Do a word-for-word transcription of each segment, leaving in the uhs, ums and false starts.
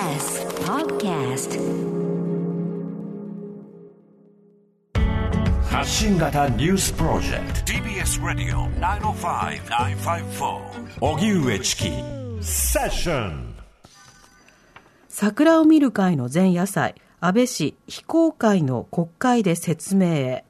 ティービーエス Podcast 発信型ニュースプロジェクト ティービーエス ラディオ きゅうまるご きゅうごよん 荻上チキセッション。 桜を見る会の前夜祭、安倍氏非公開の国会で説明へ。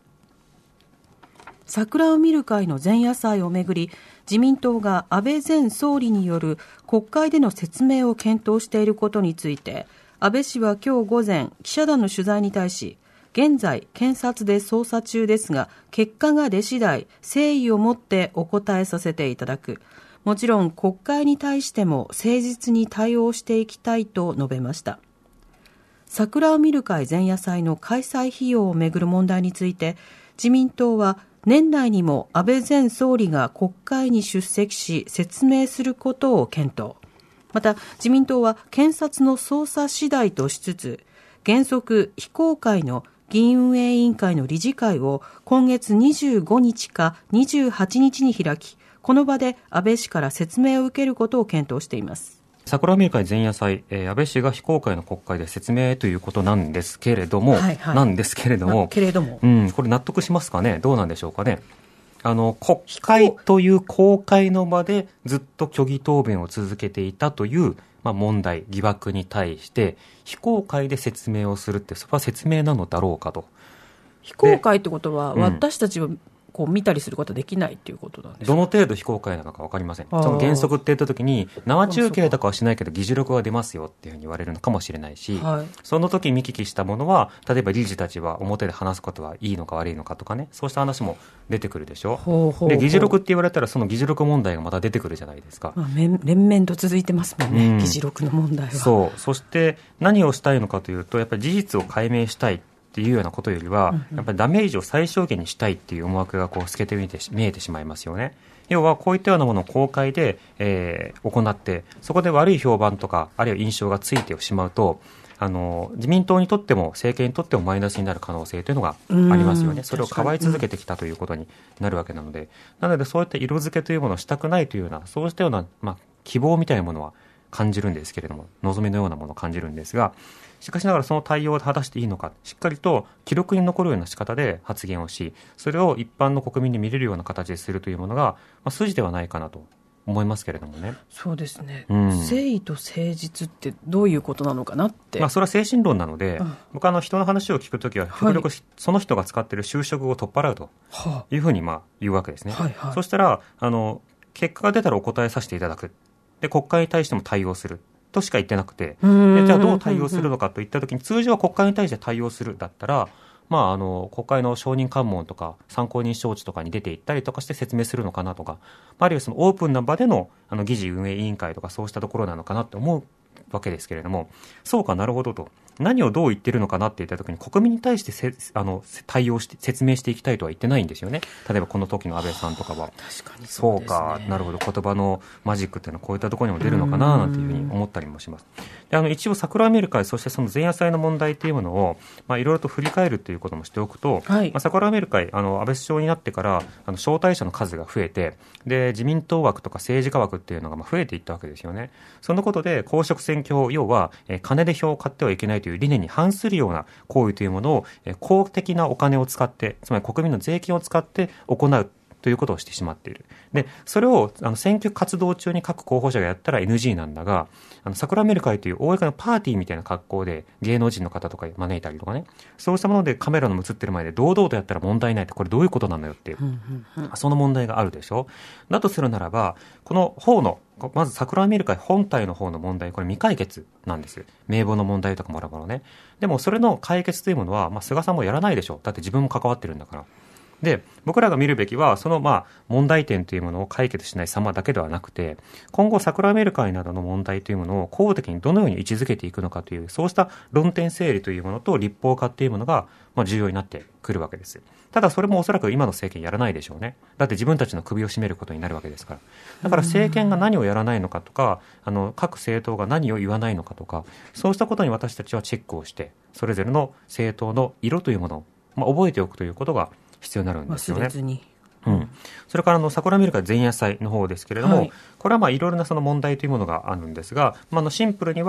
桜を見る会の前夜祭をめぐり、自民党が安倍前総理による国会での説明を検討していることについて、安倍氏は今日午前、記者団の取材に対し、現在検察で捜査中ですが、結果が出次第誠意を持ってお答えさせていただく。もちろん国会に対しても誠実に対応していきたいと述べました。桜を見る会前夜祭の開催費用をめぐる問題について、自民党は年内にも安倍前総理が国会に出席し説明することを検討。また自民党は検察の捜査次第としつつ、原則非公開の議員運営委員会の理事会を今月にじゅうごにちかにじゅうはちにちに開き、この場で安倍氏から説明を受けることを検討しています。 桜を見る会前夜祭、えー、安倍氏が非公開の国会で説明ということなんですけれども、はいはい、なんですけれども、 けれども、 うん、これ納得しますかね。どうなんでしょうかね。あの国会という公開の場でずっと虚偽答弁を続けていたという、まあ、問題疑惑に対して非公開で説明をするって、それは説明なのだろうかと。 非公開ってことは、私たちはこう見たりすることはできないということなんですか。 どの程度非公開なのか分かりません。その原則って言ったときに生中継とかはしないけど議事録が出ますよっていうふうに言われるのかもしれないし、はい、その時見聞きしたものは例えば理事たちは表で話すことはいいのか悪いのかとかね、そうした話も出てくるでしょ。ほうほうほう。で議事録って言われたらその議事録問題がまた出てくるじゃないですか。 まあ、連綿と続いてますもんね、うん、議事録の問題は。 そう。そして何をしたいのかというと、やっぱり事実を解明したいっていうようなことよりは、やっぱりダメージを最小限にしたいっていう思惑がこう透けて見て見えてしまいますよね。要はこういったようなものを公開で、えー、行って、そこで悪い評判とかあるいは印象がついてしまうと、あの自民党にとっても政権にとってもマイナスになる可能性というのがありますよね。それをかばい続けてきたということになるわけなので、なのでそういった色付けというものをしたくないというような、そうしたような、まあ、希望みたいなものは感じるんですけれども、望みのようなものを感じるんですが、しかしながらその対応を果たしていいのか、しっかりと記録に残るような仕方で発言をし、それを一般の国民に見れるような形でするというものが、まあ、筋ではないかなと思いますけれどもね。 そうですね、うん、誠意と誠実ってどういうことなのかなって、 まあ、それは精神論なので、うん、僕はあの人の話を聞くときは極力その人が使っている修飾語を取っ払うというふうにまあ言うわけですね、はいはい、そしたらあの結果が出たらお答えさせていただく、で国会に対しても対応するとしか言ってなくて、でじゃあどう対応するのかといったときに、通常は国会に対して対応するだったら、まあ、あの国会の承認喚問とか参考人招致とかに出ていったりとかして説明するのかなとか、あるいはそのオープンな場での、あの議事運営委員会とかそうしたところなのかなって思うわけですけれども、そうかなるほどと、何をどう言ってるのかなって言ったときに国民に対してせあの対応して説明していきたいとは言ってないんですよね。例えばこの時の安倍さんとかは。 確かにそうですね。そうかなるほど、言葉のマジックっていうのはこういったところにも出るのかななんていうふうに思ったりもします。であの一応桜を見る会、そしてその前夜祭の問題というものを、まあ、いろいろと振り返るということもしておくと、はい、まあ、桜を見る会、あの安倍首相になってからあの招待者の数が増えて、で自民党枠とか政治家枠っていうのがまあ増えていったわけですよね。そのことで公職選挙法、要は、えー、金で票を買ってはいけないという理念に反するような行為というものを、えー、公的なお金を使って、つまり国民の税金を使って行うということをしてしまっている。でそれをあの選挙活動中に各候補者がやったら エヌジー なんだが、あの桜見る会という公のパーティーみたいな格好で芸能人の方とか招いたりとかね、そうしたものでカメラの映ってる前で堂々とやったら問題ないって、これどういうことなのよっていう、うんうんうん、その問題があるでしょ。だとするならば、この方のまず桜見る会本体の方の問題、これ未解決なんです。名簿の問題とかもあるからね。でもそれの解決というものは、まあ、菅さんもやらないでしょ。だって自分も関わってるんだから。で僕らが見るべきはそのまあ問題点というものを解決しない様だけではなくて、今後桜メル会などの問題というものを公的にどのように位置づけていくのかという、そうした論点整理というものと立法化というものがまあ重要になってくるわけです。ただそれもおそらく今の政権やらないでしょうね。だって自分たちの首を絞めることになるわけですから。だから政権が何をやらないのかとか、あの各政党が何を言わないのかとか、そうしたことに私たちはチェックをして、それぞれの政党の色というものを、まあ、覚えておくということが必要になるんですよね。 忘れずに、 うん、それからあの桜見る会前夜祭の方ですけれども、はい、これはまあいろいろなその問題というものがあるんですが、まあ、あのシンプルには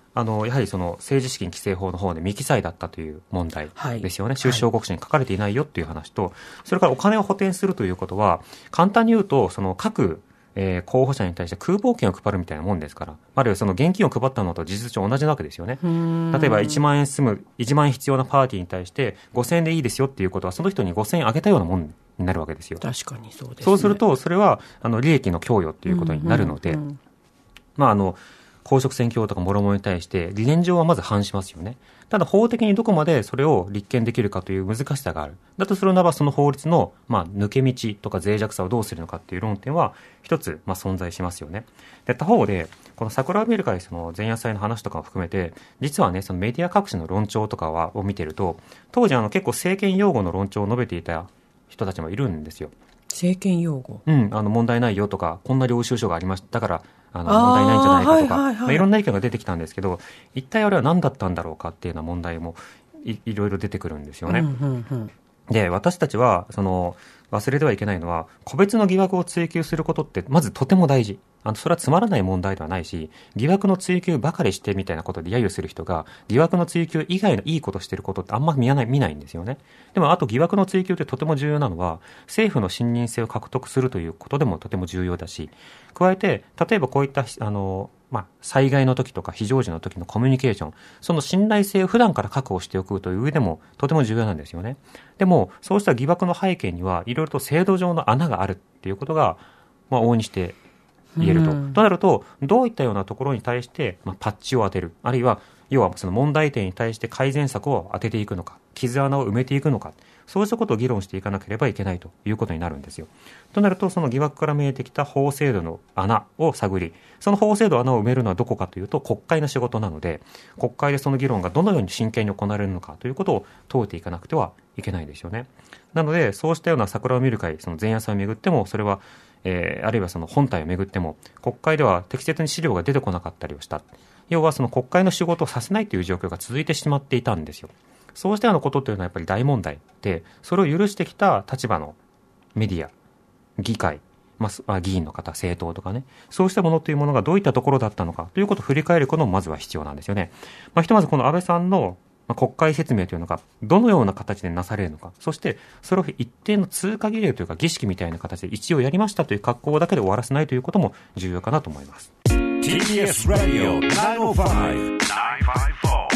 あのやはりその政治資金規正法の方で未記載だったという問題ですよね、はい、収支報告書に書かれていないよという話と、それからお金を補填するということは、簡単に言うとその各えー、候補者に対してクーポン券を配るみたいなもんですから、あるいはその現金を配ったのと事実上同じなわけですよね。例えばいちまんえん済む、いちまんえん必要なパーティーに対してごせんえんでいいですよっていうことは、その人にごせんえんあげたようなもんになるわけですよ。 確かにそうですね。 そうするとそれはあの利益の供与ということになるので、うんうんうん、まああの公職選挙法とかもろもろに対して理念上はまず反しますよね。ただ法的にどこまでそれを立件できるかという難しさがある。だとするならばその法律の、まあ、抜け道とか脆弱さをどうするのかっていう論点は一つ、まあ、存在しますよね。で他方でこの桜を見る会その前夜祭の話とかを含めて、実はねそのメディア各種の論調とかはを見てると、当時あの結構政権擁護の論調を述べていた人たちもいるんですよ。 政権擁護、 うん、あの問題ないよとか、こんな領収書がありましただからあの問題ないんじゃないかとか、はいはいはい、まあ、いろんな意見が出てきたんですけど、一体あれは何だったんだろうかっていうような問題も い, いろいろ出てくるんですよね、うんうんうん、で私たちはその忘れてはいけないのは、個別の疑惑を追及することってまずとても大事。あのそれはつまらない問題ではないし、疑惑の追及ばかりしてみたいなことで揶揄する人が疑惑の追及以外のいいことしてることってあんま見ない、見ないんですよね。でもあと疑惑の追及ってとても重要なのは、政府の信任性を獲得するということでもとても重要だし、加えて例えばこういったあのまあ、災害の時とか非常時の時のコミュニケーション、その信頼性を普段から確保しておくという上でもとても重要なんですよね。でもそうした疑惑の背景にはいろいろと制度上の穴があるっていうことが、まあ、往々にして言えると。となるとどういったようなところに対して、まあ、パッチを当てる、あるいは要はその問題点に対して改善策を当てていくのか、傷穴を埋めていくのか、そうしたことを議論していかなければいけないということになるんですよ。となるとその疑惑から見えてきた法制度の穴を探り、その法制度の穴を埋めるのはどこかというと国会の仕事なので、国会でその議論がどのように真剣に行われるのかということを問うていかなくてはいけないですよね。なのでそうしたような桜を見る会、その前夜祭をめぐっても、それは、えー、あるいはその本体をめぐっても国会では適切に資料が出てこなかったりをした。要はその国会の仕事をさせないという状況が続いてしまっていたんですよ。そうしたようなことというのはやっぱり大問題で、それを許してきた立場のメディア、議会、まあ、議員の方、政党とかね、そうしたものというものがどういったところだったのかということを振り返ることもまずは必要なんですよね。まあ、ひとまずこの安倍さんの国会説明というのがどのような形でなされるのか、そしてそれを一定の通過儀礼というか儀式みたいな形で一応やりましたという格好だけで終わらせないということも重要かなと思います。 ティービーエス Radio きゅうまるご、きゅうまるご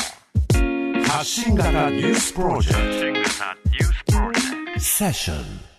発信型ニュースプロジェクトセッション